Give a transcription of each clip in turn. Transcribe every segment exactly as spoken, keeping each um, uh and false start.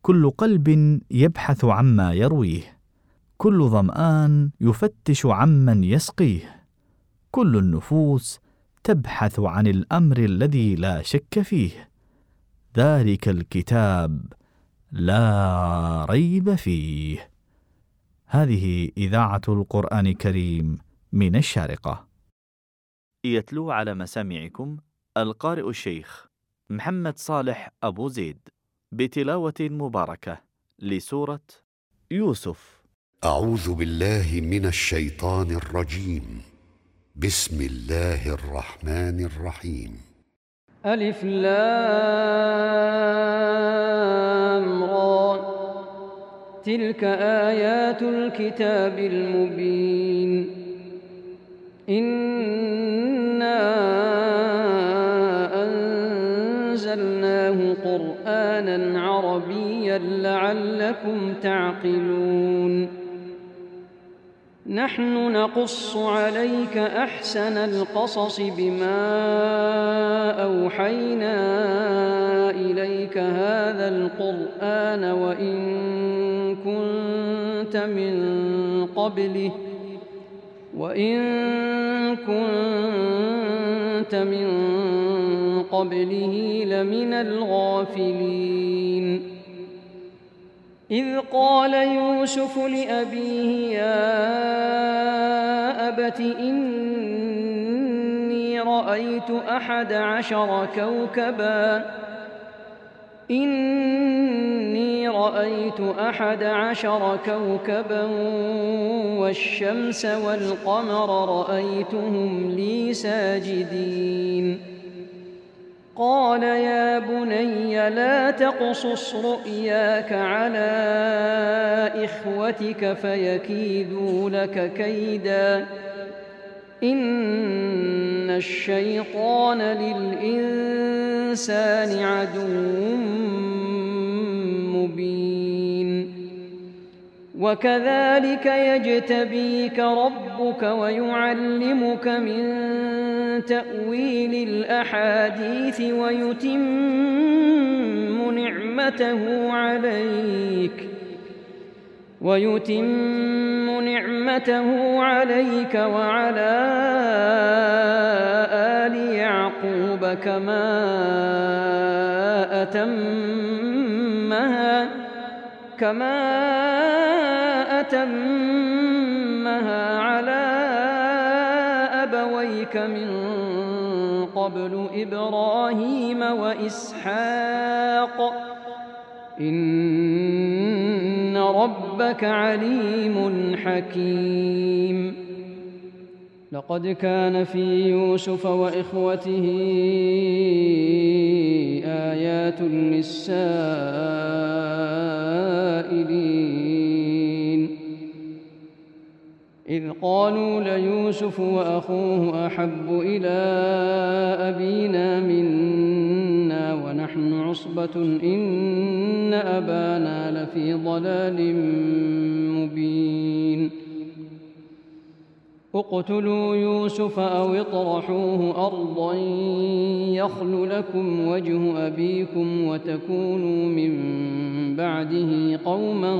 كل قلب يبحث عما يرويه، كل ظمآن يفتش عمن يسقيه، كل النفوس تبحث عن الأمر الذي لا شك فيه، ذلك الكتاب لا ريب فيه. هذه إذاعة القرآن الكريم من الشارقة. يتلو على مسامعكم القارئ الشيخ محمد صالح أبو زيد بتلاوة مباركة لسورة يوسف. أعوذ بالله من الشيطان الرجيم. بسم الله الرحمن الرحيم. ألف لام را، تلك آيات الكتاب المبين. إنا أنزلناه قرآنا عربيا لعلكم تعقلون. نحن نقص عليك أحسن القصص بما أوحينا إليك هذا القرآن وإن كنت من قبله وإن كنت من قبله لمن الغافلين. إذ قال يوسف لأبيه يا أبت إني رأيت أحد عشر كوكبا إني رأيت أحد عشر كوكبا والشمس والقمر رأيتهم لي ساجدين. قال يا بني لا تقصص رؤياك على إخوتك فيكيدوا لك كيدا إن الشيطان للإنسان عدو مبين. وكذلك يجتبيك ربك ويعلمك من تأويل الأحاديث ويتم نعمته عليك ويتم نعمته عليك وعلى آل يعقوب كما أتمها كما أتمها على أبويك من قبل إبراهيم وإسحاق إن ربك عليم حكيم. لقد كان في يوسف وإخوته آيات للسائلين إذ قالوا ليوسف وأخوه أحب إلى أبينا منا ونحن عصبة إن أبانا لفي ضلال مبين. اقتلوا يوسف أو اطرحوه أرضا يخل لكم وجه أبيكم وتكونوا من بعده قوما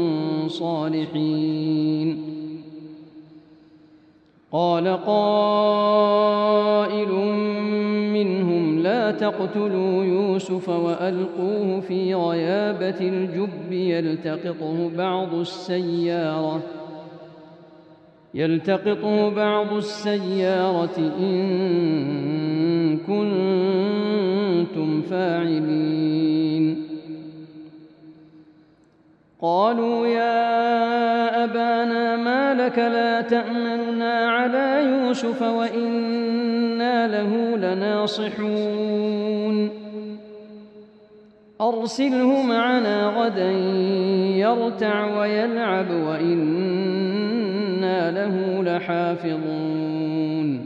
صالحين. قال قائل منهم لا تقتلوا يوسف وألقوه في غيابة الجب يلتقطه بعض السيارة يلتقطه بعض السيارة إن كنتم فاعلين. قالوا يا أبانا ما لك لا تأمننا على يوسف وإنا له لناصحون أرسله معنا غدا يرتع ويلعب وإنا له لحافظون.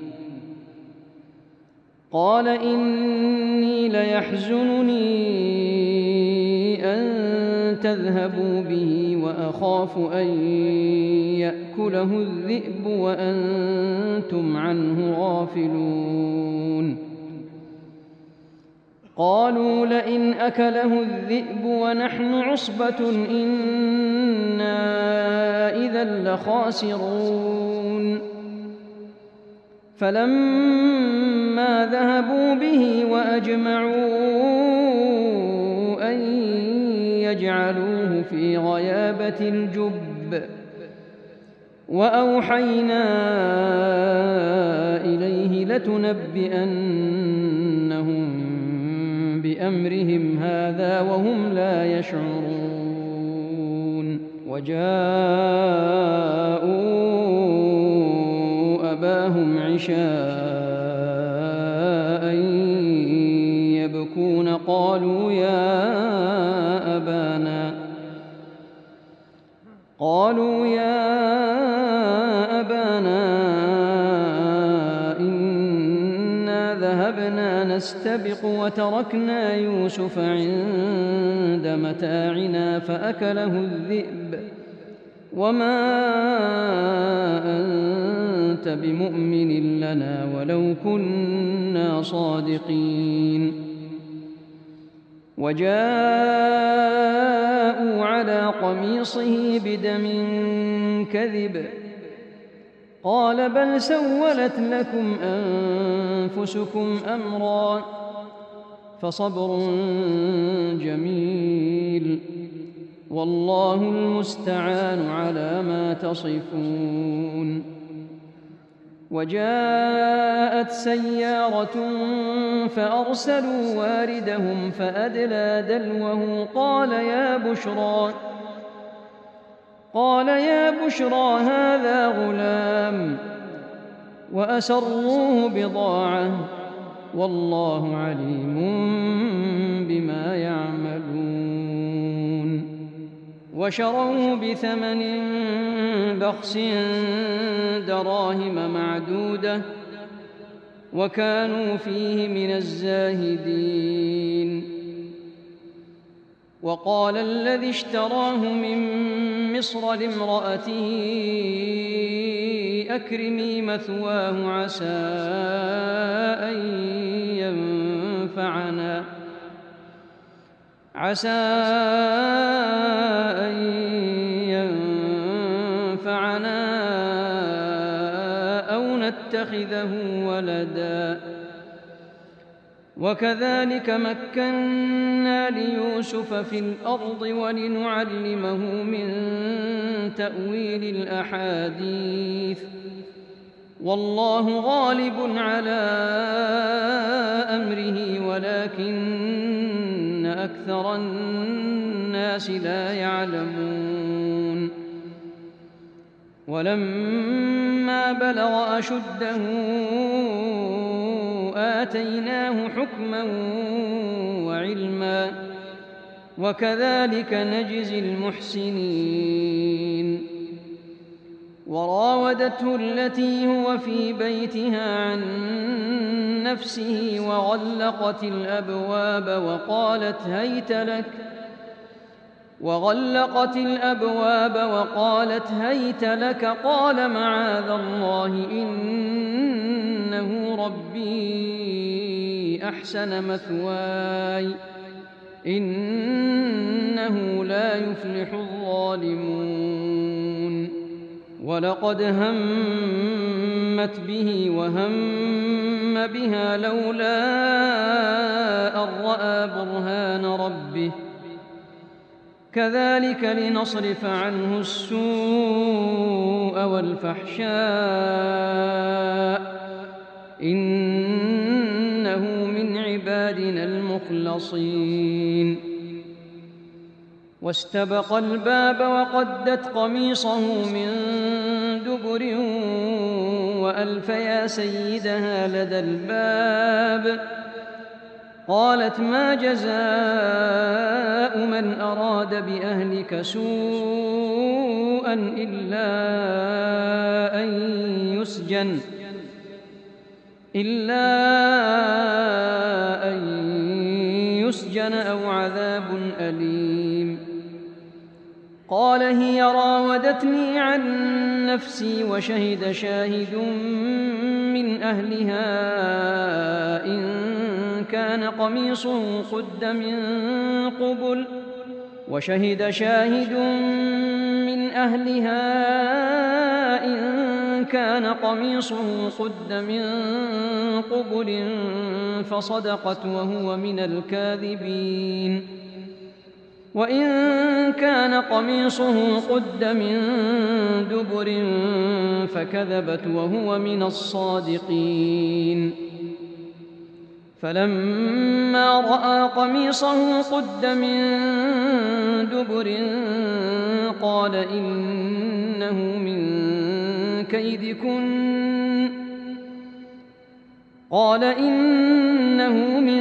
قال إني ليحزنني أن تذهبوا به وأخاف أن يأكله الذئب وأنتم عنه غافلون. قالوا لئن أكله الذئب ونحن عصبة إنا إذا لخاسرون فلما ذهبوا به وأجمعوا أن يجعلوه في غيابة الجب وأوحينا إليه لتنبئنهم بأمرهم هذا وهم لا يشعرون وجاءوا أباهم عشاء يبكون قالوا يا أبانا قالوا يا أبانا إنا ذهبنا نستبق وتركنا يوسف عند متاعنا فأكله الذئب وما أنت بمؤمن لنا ولو كنا صادقين وجاءوا على قميصه بدم كذب قال بل سولت لكم أنفسكم أمرا فصبر جميل والله المستعان على ما تصفون وجاءت سيارة فأرسلوا واردهم فأدلى دلوه قال يا بشرى قال يا بشرى هذا غلام وأسروه بضاعة والله عليم بما يعملون وشروه بثمن بخس دراهم معدودة وكانوا فيه من الزاهدين وقال الذي اشتراه من مصر لامرأته أكرمي مثواه عسى أن ينفعنا عسى أن ينفعنا أو نتخذه ولدا وكذلك مكنا ليوسف في الأرض ولنعلمه من تأويل الأحاديث والله غالب على أمره ولكن أكثر الناس لا يعلمون ولما بلغ أشده آتيناه حكما وعلما وكذلك نجزي المحسنين وراودته التي هو في بيتها عن نفسه وغلقت الأبواب وقالت هيت لك وغلقت الأبواب وقالت هيت لك قال معاذ الله إنه ربي أحسن مثواي إنه لا يفلح الظالمون ولقد همت به وهم بها لولا أن رأى برهان ربه كذلك لنصرف عنه السوء والفحشاء إنه من عبادنا المخلصين واستبق الباب وقدت قميصه من دبر وألف يا سيدها لدى الباب قالت ما جزاء من أراد بأهلك سوءا إلا أن يسجن إلا أن يسجن أو عذاب أليم قال هي راودتني عن نفسي وشهد شاهد من أهلها إن كان قميصه قد من قبل وشهد شاهد من أهلها إن كان قميصه قد من قبل فصدقت وهو من الكاذبين وإن كان قميصه قد من دبر فكذبت وهو من الصادقين فلما رأى قميصه قد من دبر قال إنه من كيدكن قال إنه من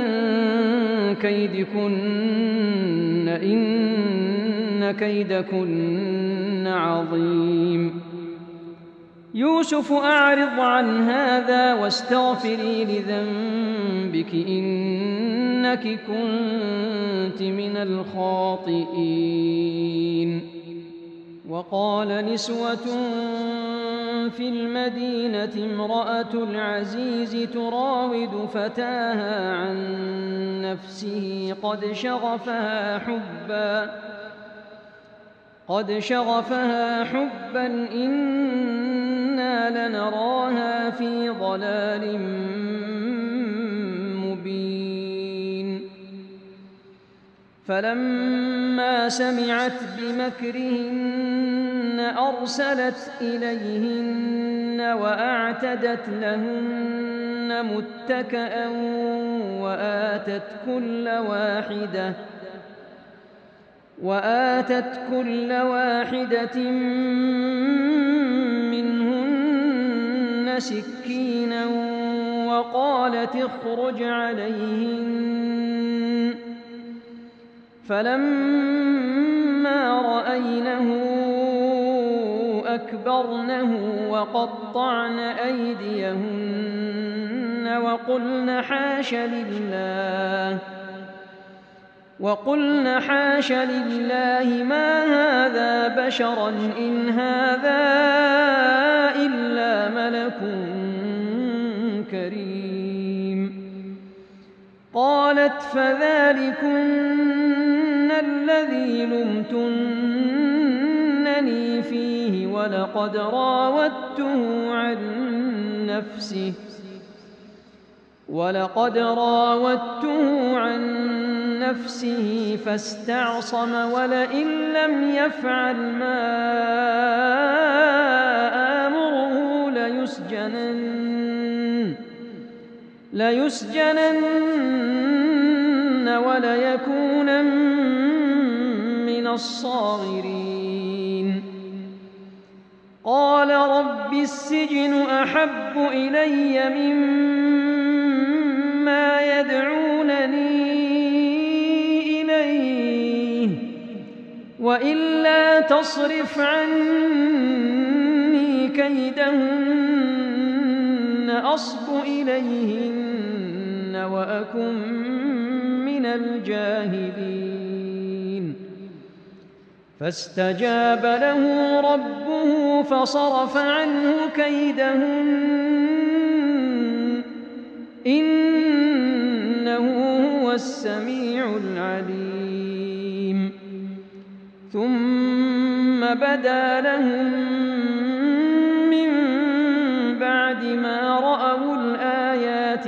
كيدكن إن كيدكن عظيم يوسف أعرض عن هذا واستغفري لذنبك إنك كنت من الخاطئين وقال نسوة في المدينة امرأة العزيز تراود فتاها عن نفسه قد شغفها حبا قد شغفها حبا إنا لنراها في ضلال مبين فلما سمعت بمكرهن أرسلت إليهن وأعتدت لهن متكئا وآتت كل واحدة وآتت كل واحدة منهن سكينا وقالت اخرج عليهن فلما رأينه أكبرنه وقطعن أيديهن وقلن حاش لله وقلن حاش لله ما هذا بشرا إن هذا إلا ملك كريم قالت فذلكن الذي لمتنني فيه ولقد راودته عن نفسه ولقد راودته عن نفسه فاستعصم ولئن لم يفعل ما آمره ليسجنن ليسجنن وليكونن من الصاغرين قال رب السجن أحب إلي مما يدعونني إليه وإلا تصرف عني كيدهن أصب إليهن وأكن من الجاهلين فاستجاب له ربه فصرف عنه كيدهن إنه هو السميع العليم ثم بدا لهم من بعد ما رأوا الآيات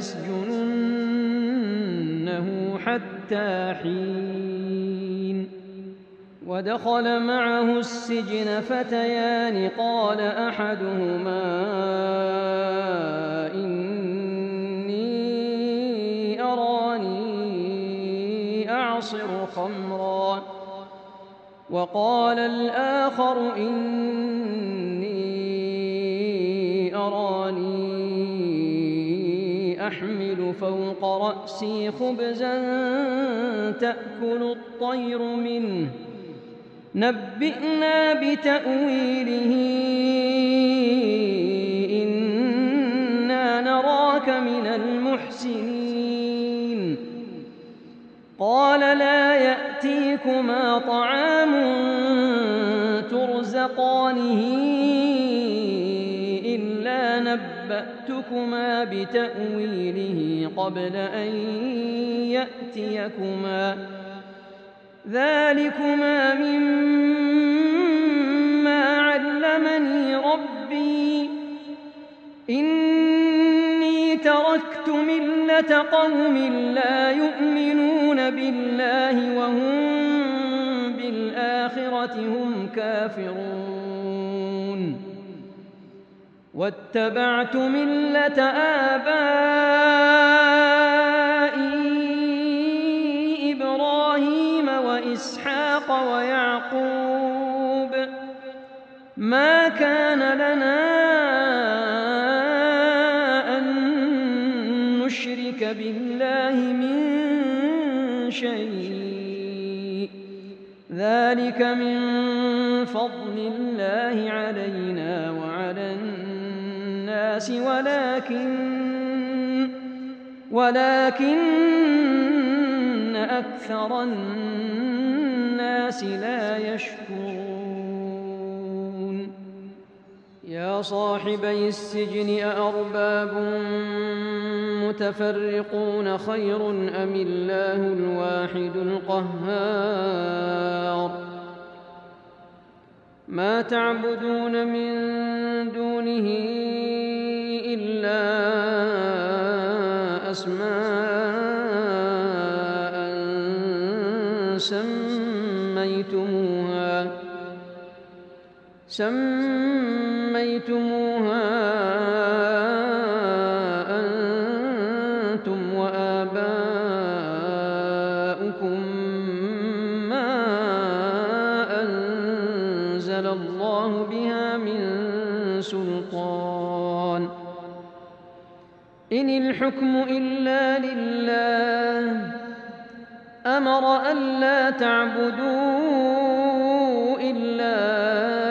ليسجننه حتى حين ودخل معه السجن فتيان قال أحدهما إني أراني أعصر خمرا وقال الآخر إني أراني أحمل فوق رأسي خبزا تأكل الطير منه نبئنا بتأويله إنا نراك من المحسنين قال لا يأتيكما طعام ترزقانه إلا نبئ نبأتكما بتأويله قبل أن يأتيكما ذلكما مما علمني ربي إني تركت ملة قوم لا يؤمنون بالله وهم بالآخرة هم كافرون واتبعت ملة آبائي إبراهيم وإسحاق ويعقوب ما كان لنا بالله من شيء ذلك من فضل الله علينا وعلى الناس ولكن ولكن أكثر الناس لا يشكرون يا صاحبي السجن أأرباب متفرقون خير أم الله الواحد القهار ما تعبدون من دونه إلا أسماء سميتموها سميتموها أنتم وآباؤكم ما أنزل الله بها من سلطان إن الحكم إلا لله أمر ألا تعبدوا إلا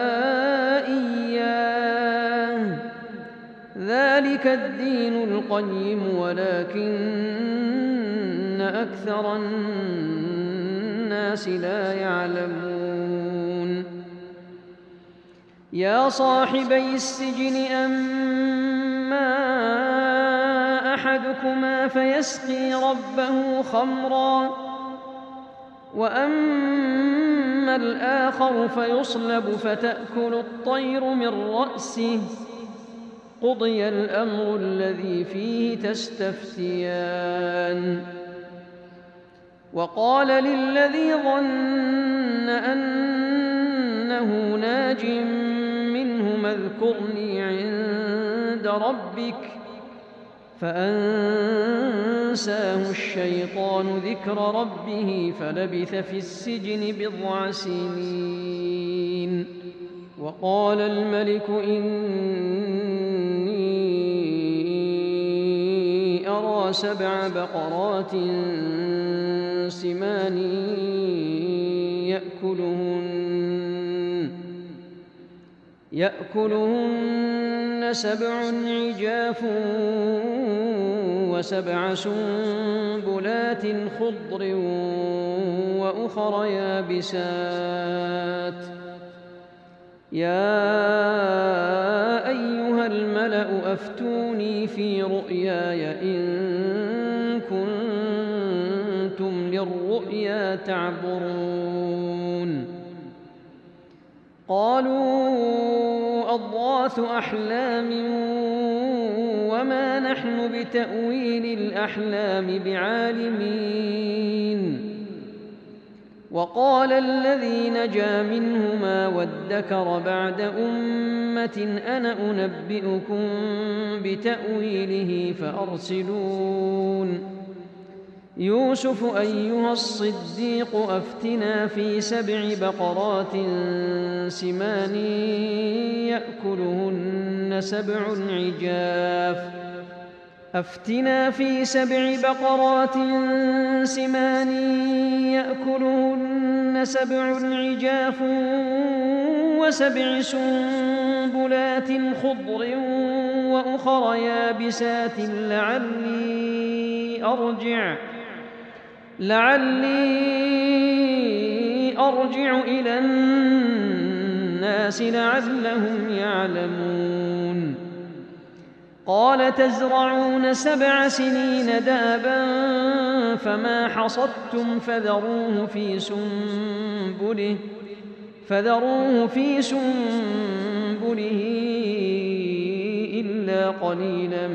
ذلك الدين القيم ولكن أكثر الناس لا يعلمون يا صاحبي السجن أما أحدكما فيسقي ربه خمرا وأما الآخر فيصلب فتأكل الطير من رأسه قضي الأمر الذي فيه تستفتيان وقال للذي ظن أنه ناج منهما اذكرني عند ربك فأنساه الشيطان ذكر ربه فلبث في السجن بضع سنين وقال الملك إني أرى سبع بقرات سمان يأكلهن يأكلهن سبع عجاف وسبع سنبلات خضر وأخر يابسات يا أيها الملأ أفتوني في رؤياي إن كنتم للرؤيا تعبرون قالوا أضغاث أحلام وما نحن بتأويل الأحلام بعالمين وقال الذي نجا منهما وادكر بعد أمة أنا أنبئكم بتأويله فأرسلون يوسف أيها الصديق أفتنا في سبع بقرات سمان يأكلهن سبع عجاف أفتنا في سبع بقرات سمان يأكلهن سبع عجاف وسبع سنبلات خضر وأخر يابسات لعلي أرجع لعلي أرجع إلى الناس لعلهم يعلمون قال تزرعون سبع سنين دابا فما حصدتم فذروه في سنبله فذروه في سنبله إلا قليلا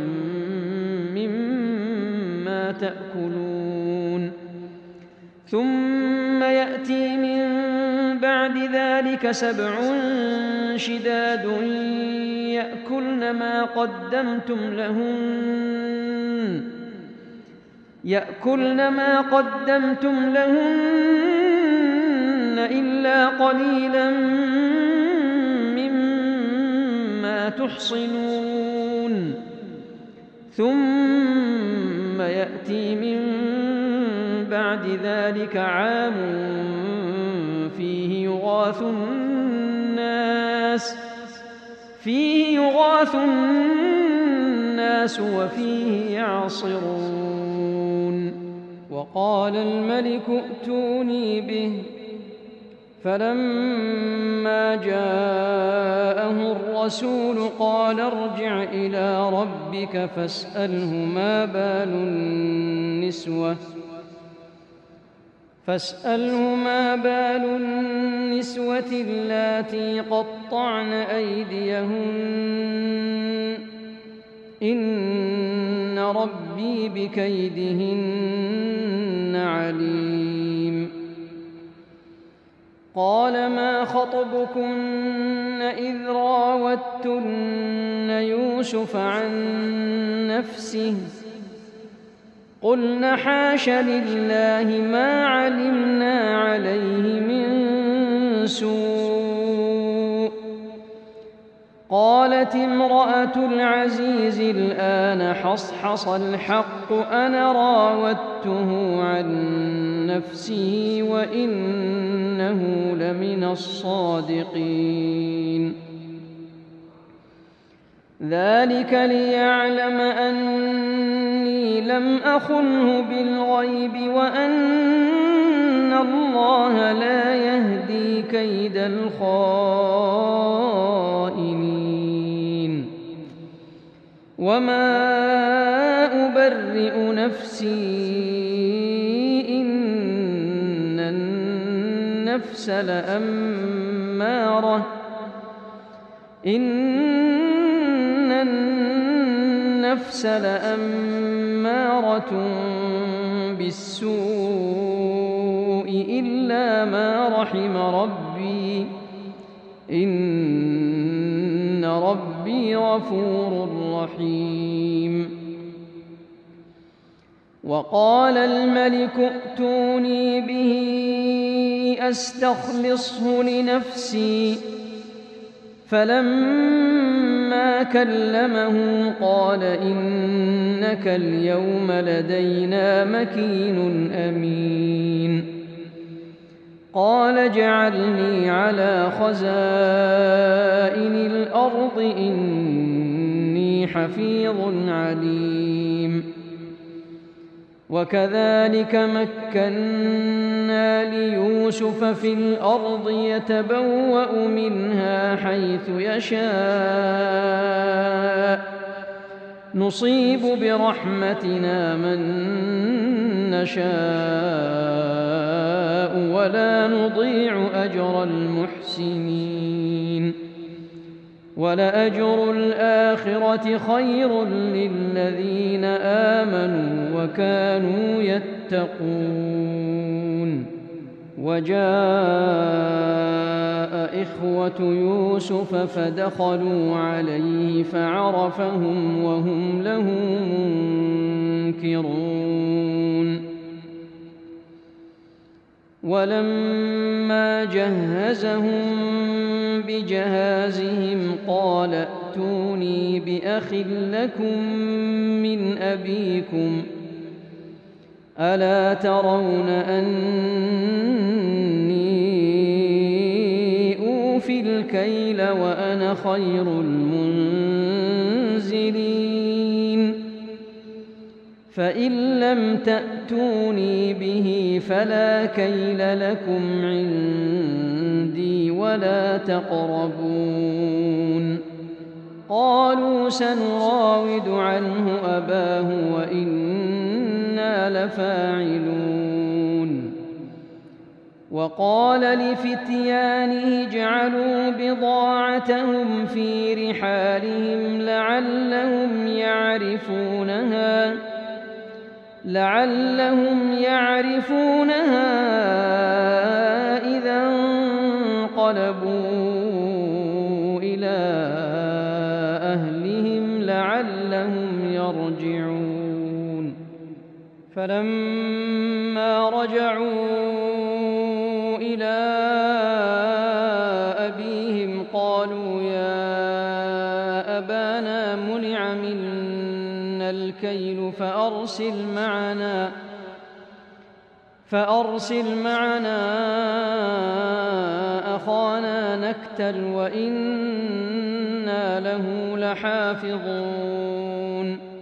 مما تأكلون ثم يأتي من بعد ذلك سبع شداد يأكلن ما قدمتم لهن يأكلن ما قدمتم لهن إلا قليلا مما تحصنون ثم يأتي من بعد ذلك عام فيه يغاث الناس فيه يغاث الناس وفيه يعصرون وقال الملك ائتوني به فلما جاءه الرسول قال ارجع إلى ربك فاسأله ما بال النسوة فاسأله ما بال النسوة اللاتي قطعن أيديهن إن ربي بكيدهن عليم قال ما خطبكن إذ راوتن يوسف عن نفسه قلن حاش لله ما علمنا عليه من سوء قالت امرأة العزيز الآن حصحص الحق أنا راودته عن نفسه وإنه لمن الصادقين ذلك ليعلم أني لم أخنه بالغيب وأن الله لا يهدي كيد الخائنين وما أبرئ نفسي إن النفس لأمارة إن النفس لأمارة بالسوء إلا ما رحم ربي إن ربي غفور رحيم وقال الملك ائتوني به أستخلصه لنفسي فلما كلمه قال إنك اليوم لدينا مكين أمين قال اجعلني على خزائن الأرض إني حفيظ عليم وكذلك مكنا ليوسف في الأرض يتبوأ منها حيث يشاء نصيب برحمتنا من نشاء ولا نضيع أجر المحسنين ولأجر الآخرة خير للذين آمنوا وكانوا يتقون وجاء إخوة يوسف فدخلوا عليه فعرفهم وهم له منكرون ولما جهزهم بجهازهم قال ائتوني بأخ لكم من أبيكم ألا ترون أني أوفي الكيل وأنا خير المنزلين فإن لم تأتوني به فلا كيل لكم عندي ولا تقربون قالوا سنراود عنه أباه وإنا لفاعلون وقال لفتيانه اجعلوا بضاعتهم في رحالهم لعلهم يعرفونها لعلهم يعرفونها إذا انقلبوا إلى أهلهم لعلهم يرجعون فلما رجعوا إلى أبيهم قالوا يا أبانا منع منا الكيل فأرسل معنا فأرسل معنا أخانا نكتل وإنا له لحافظون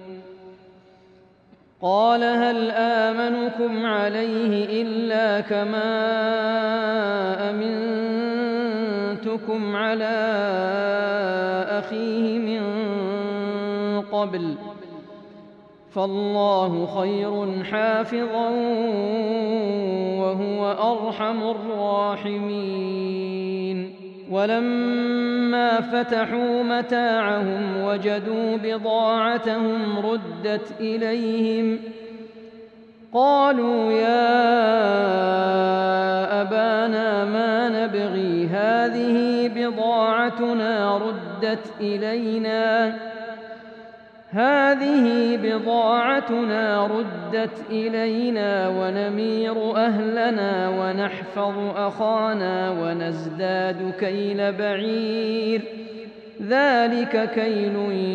قال هل آمنكم عليه إلا كما أمنتكم على أخيه من قبل فالله خير حافظا وهو أرحم الراحمين ولما فتحوا متاعهم وجدوا بضاعتهم ردت إليهم قالوا يا أبانا ما نبغي هذه بضاعتنا ردت إلينا هذه بضاعتنا ردت إلينا ونمير أهلنا ونحفظ أخانا ونزداد كيل بعير ذلك كيل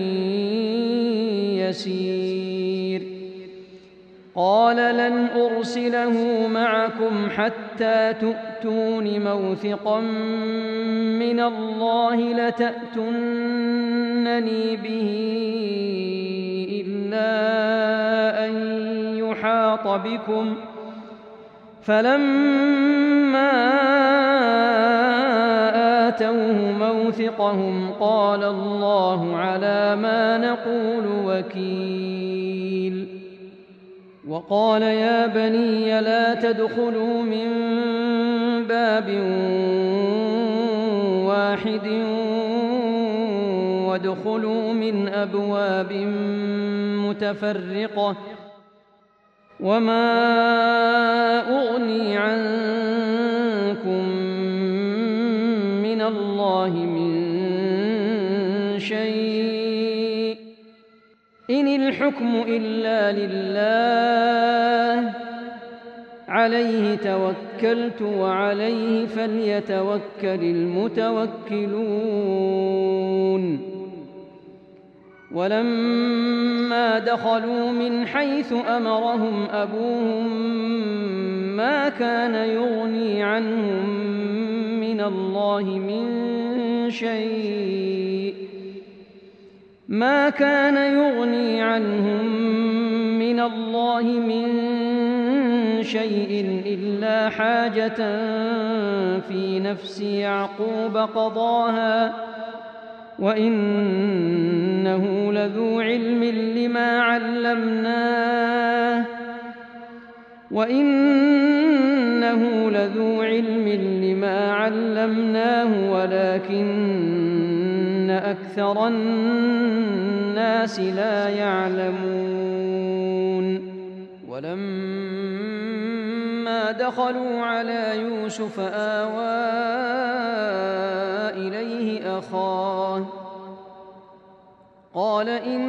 يسير قال لن أرسله معكم حتى تؤتون موثقا من الله لتأتونني به إلا أن يحاط بكم فلما آتوه موثقهم قال الله على ما نقول وكيل وقال يا بني لا تدخلوا من باب واحد وادخلوا من أبواب متفرقة وما أغني عنكم من الله من شيء إن الحكم إلا لله عليه توكلت وعليه فليتوكل المتوكلون ولما دخلوا من حيث أمرهم أبوهم ما كان يغني عنهم من الله من شيء ما كان يغني عنهم من الله من شيء إلا حاجة في نفس يعقوب قضاها وإنه لذو علم لما علمناه وإنه لذو علم لما علمناه ولكن أكثر الناس لا يعلمون ولما دخلوا على يوسف آوى إليه أخاه قال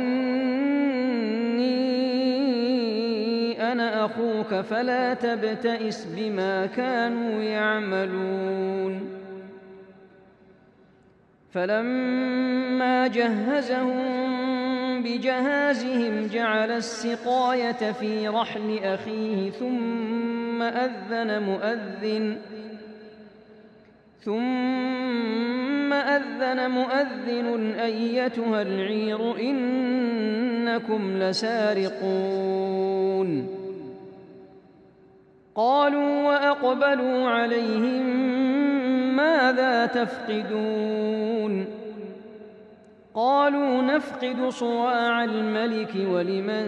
إني أنا أخوك فلا تبتئس بما كانوا يعملون فلما جهزهم بجهازهم جعل السقاية في رحل أخيه ثم أذن مؤذن ثم أذن مؤذن أيتها العير إنكم لسارقون قالوا وأقبلوا عليهم ماذا تفقدون قالوا نفقد صواع الملك ولمن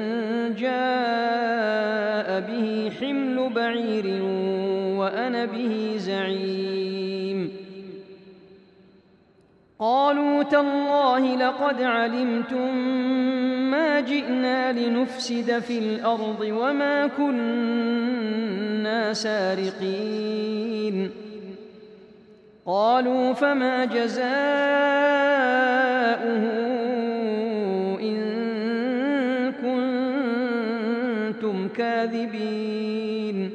جاء به حمل بعير وأنا به زعيم. قالوا تالله لقد علمتم ما جئنا لنفسد في الأرض وما كنا سارقين. قالوا فما جزاؤه إن كنتم كاذبين.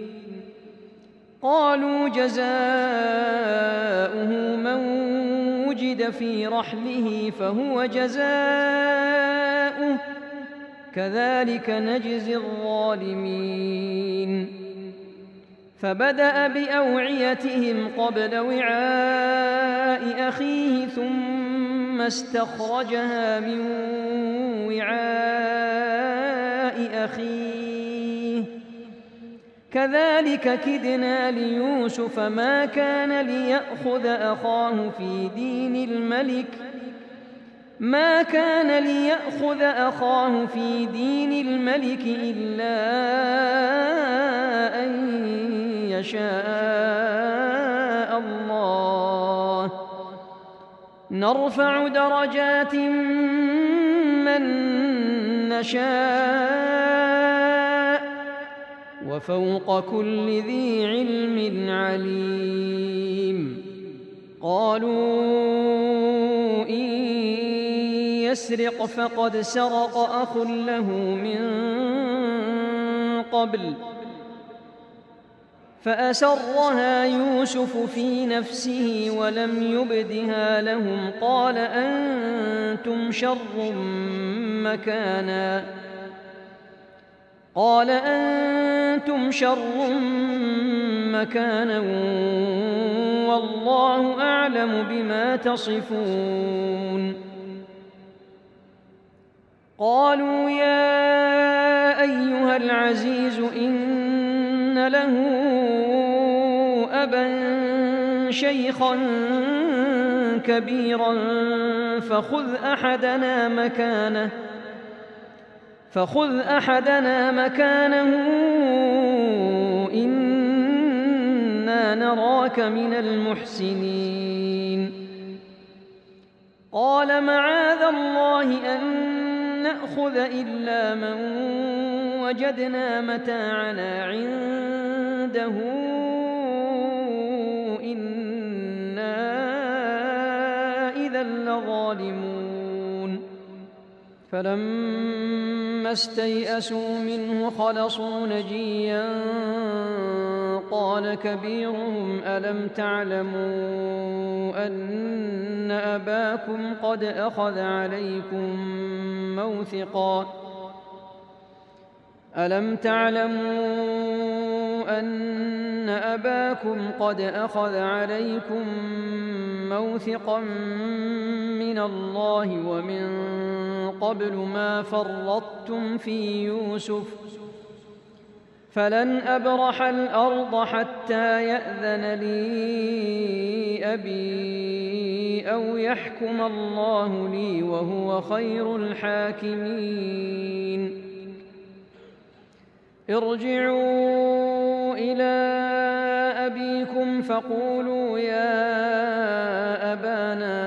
قالوا جزاؤه من وجد في رحله فهو جزاؤه كذلك نجزي الظالمين. فبدأ بأوعيتهم قبل وعاء أخيه ثم استخرجها من وعاء أخيه كذلك كدنا ليوسف ما كان ليأخذ أخاه في دين الملك ما كان ليأخذ أخاه في دين الملك إلا أن يشاء الله نرفع درجات من نشاء وفوق كل ذي علم عليم. قالوا إن يسرق فقد سرق أخ له من قبل فأسرها يوسف في نفسه ولم يبدها لهم قال أنتم شر مكانا قال أنتم شر مكانا والله أعلم بما تصفون. قالوا يا أيها العزيز إن له أبا شيخا كبيرا فخذ أحدنا مكانه فخذ أحدنا مكانه إنا نراك من المحسنين. قال معاذ الله أن نأخذ إلا من وجدنا متاعنا عنده إنا إذا لظالمون. فلما استيئسوا منه خلصوا نجيا قال كبيرهم ألم تعلموا أن أباكم قد أخذ عليكم موثقا ألم تعلموا أن أباكم قد أخذ عليكم موثقا من الله ومن قبل ما فرطتم في يوسف فلن أبرح الأرض حتى يأذن لي أبي أو يحكم الله لي وهو خير الحاكمين. ارجعوا إلى أبيكم فقولوا يا أبانا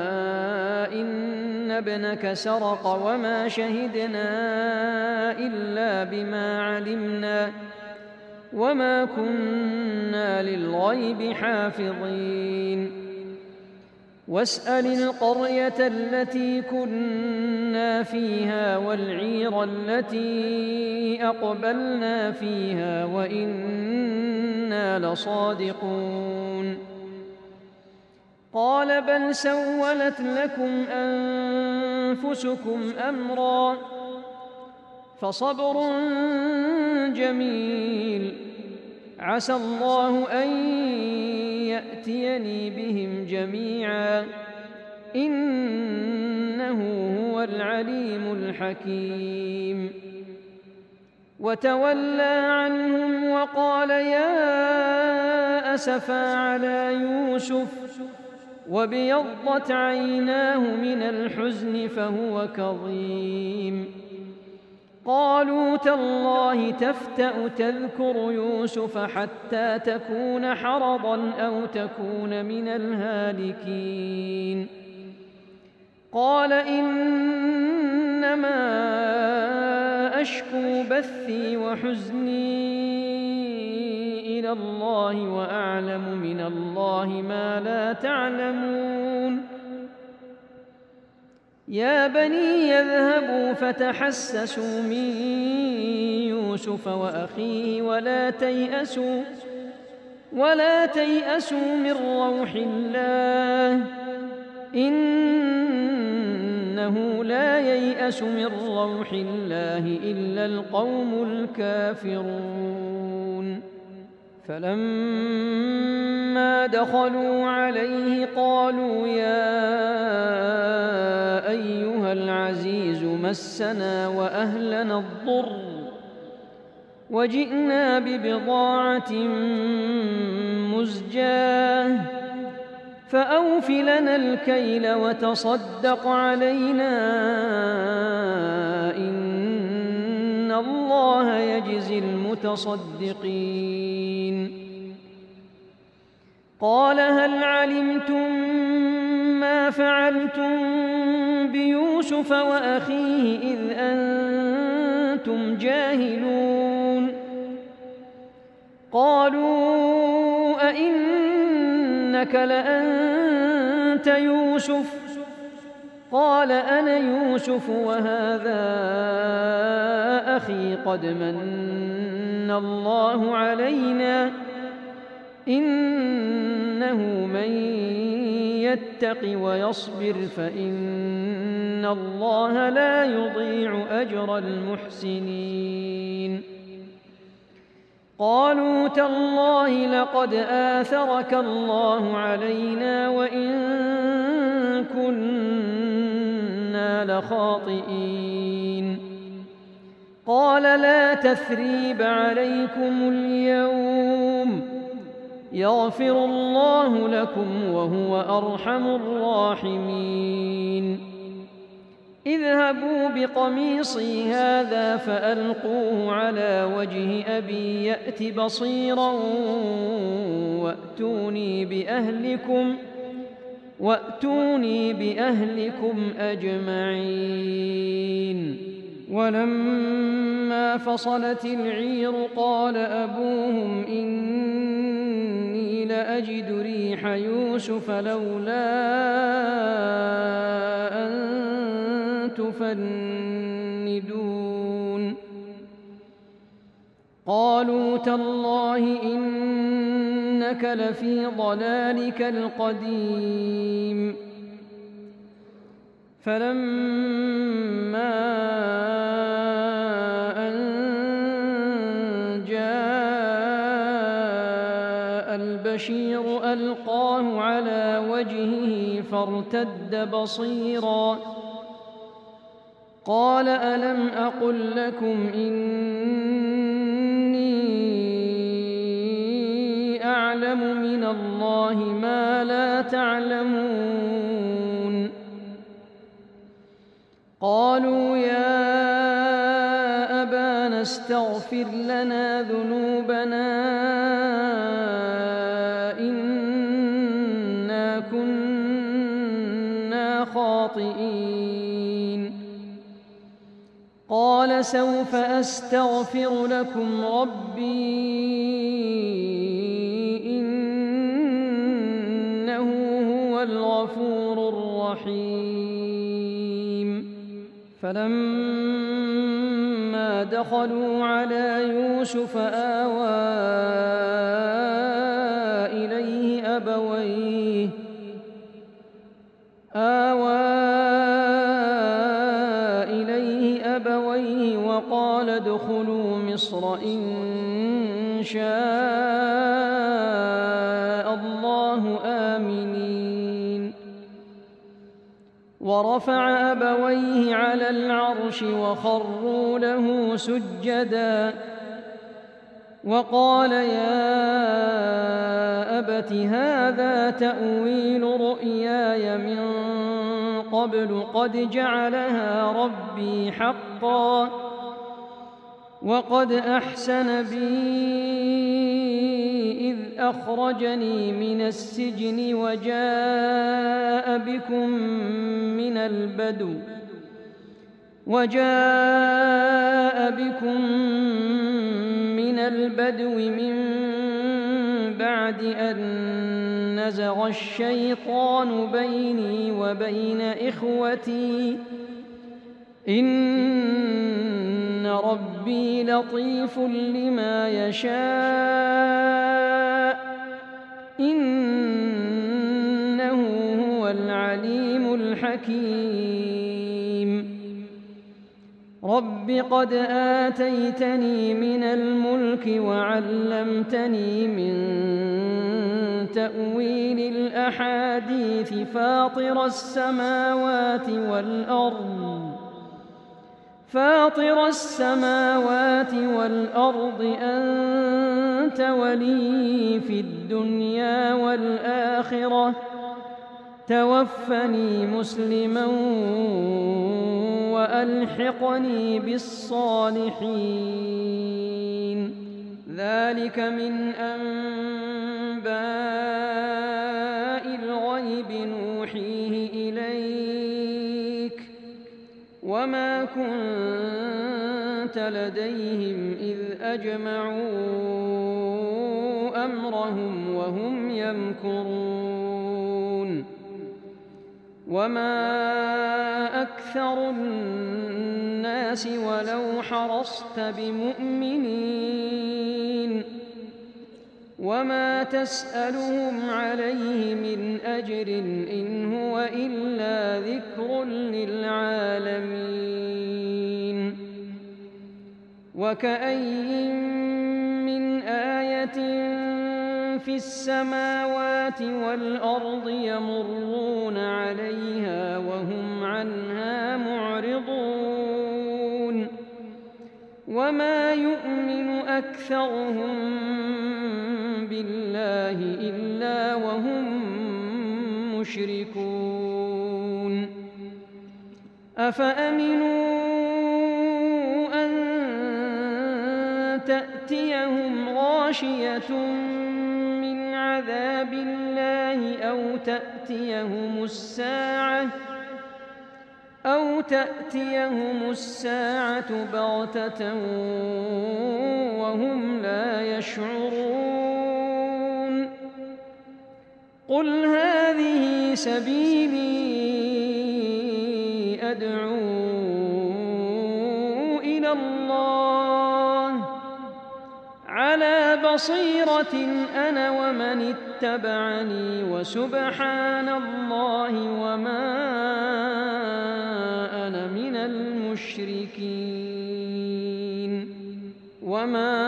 إن ابنك سرق وما شهدنا إلا بما علمنا وما كنا للغيب حافظين. واسأل القرية التي كنا فيها والعير التي أقبلنا فيها وإنا لصادقون. قال بل سولت لكم أنفسكم أمرا فصبر جميل عسى الله أن يأتيني بهم جميعا إنه هو العليم الحكيم. وتولى عنهم وقال يا أسفا على يوسف وابيضت عيناه من الحزن فهو كظيم. قالوا تالله تفتأ تذكر يوسف حتى تكون حرضا أو تكون من الهالكين. قال إنما أشكو بثي وحزني إلى الله وأعلم من الله ما لا تعلمون. يا بني يذهبوا فتحسسوا من يوسف وأخيه ولا تيأسوا ولا تيأسوا من روح الله إنه لا ييأس من روح الله إلا القوم الكافرون. فلما دخلوا عليه قالوا يا أيها العزيز مسنا وأهلنا الضر وجئنا ببضاعة مزجاة فأوف لنا الكيل وتصدق علينا إن الله يجزي المتصدقين. قال هل علمتم ما فعلتم بيوسف وأخيه إذ أنتم جاهلون؟ قالوا أئنك لأنت يوسف؟ قال أنا يوسف وهذا أخي قد من الله علينا إنه من يتق ويصبر فإن الله لا يضيع أجر المحسنين. قالوا تالله لقد آثرك الله علينا وإن كنا لخاطئين. قال لا تثريب عليكم اليوم يغفر الله لكم وهو أرحم الراحمين. اذهبوا بقميصي هذا فألقوه على وجه أبي يأت بصيرا وأتوني بأهلكم وأتوني بأهلكم أجمعين. ولما فصلت العير قال أبوهم إني لأجد ريح يوسف لولا أن تفندون. قالوا تالله إنك لفي ضلالك القديم. فلما أن جاء البشير ألقاه على وجهه فارتد بصيرا قال ألم أقل لكم إني أعلم من الله ما لا تعلمون. قالوا يا أبانا استغفر لنا ذنوبنا إنا كنا خاطئين. قال سوف أستغفر لكم ربي إنه هو الغفور الرحيم. فلما دخلوا على يوسف آوى إليه أبويه آوى إليه أبويه وقال ادخلوا مصر إن شاء الله آمنين. ورفع أبويه على العرش وخروا له سجدا وقال يا أبت هذا تأويل رؤياي من قبل قد جعلها ربي حقا وقد أحسن بي إذ أخرجني من السجن وجاء بكم من البدو وجاء بكم من البدو من بعد أن نزغ الشيطان بيني وبين إخوتي إن ربي لطيف لما يشاء إنه هو العليم الحكيم رب قد آتيتني من الملك وعلمتني من تأويل الأحاديث فاطر السماوات والأرض فاطر السماوات والأرض أنت ولي في الدنيا والآخرة توفني مسلما وألحقني بالصالحين ذلك من أنباء الغيب نوحيه إليك وما كنت لديهم إذ أجمعوا أمرهم وهم يمكرون وما أكثر الناس ولو حرصت بمؤمنين وما تسألهم عليه من أجر إن هو إلا ذكر للعالمين وكأين من آية في السماوات والأرض يمرون عليها وهم عنها معرضون وما يؤمن أكثرهم بالله إلا وهم مشركون أفأمنوا أن تأتيهم غاشية من عذاب الله أو تأتيهم الساعة أو تأتيهم الساعة بغتة وهم لا يشعرون قل هذه سبيلي أدعو إلى الله على بصيرة أنا ومن اتبعني وسبحان الله وما أنا من المشركين وما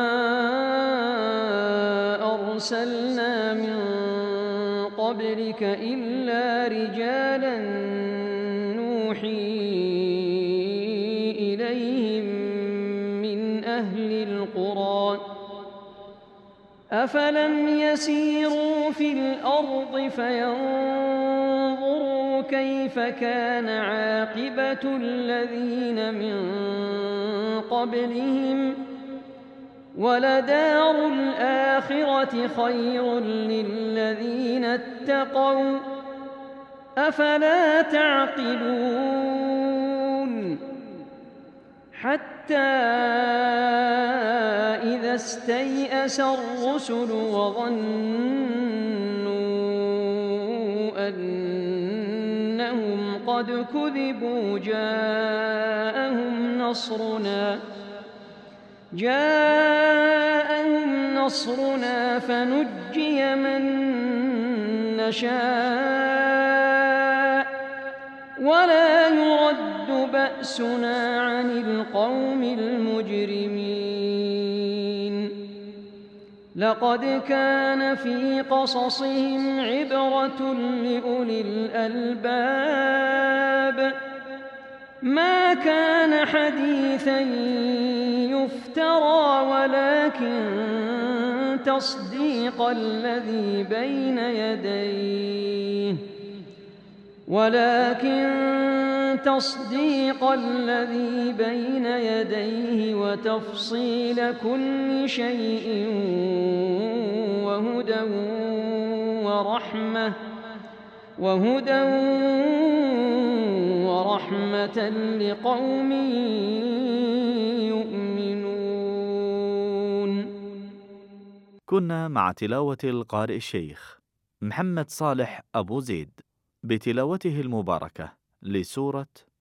أرسلنا من قبلك إلا رجالا نوحي إليهم من أهل القرى أفلم يسيروا في الأرض فينظروا كيف كان عاقبة الذين من قبلهم ولدار الآخرة خير للذين اتقوا أفلا تعقلون حتى إذا استيأس الرسل وظنوا أنهم قد كذبوا جاءهم نصرنا جاءهم نصرنا فنجي من نشاء ولا يرد بأسنا عن القوم المجرمين لقد كان في قصصهم عبرة لأولي الألباب ما كان حديثا يفترى ولكن تصديق الذي بين يديه ولكن تصديق الذي بين يديه وتفصيل كل شيء وهدى ورحمة وهدى ورحمة لقوم يؤمنون. كنا مع تلاوة القارئ الشيخ محمد صالح أبو زيد بتلاوته المباركة لسورة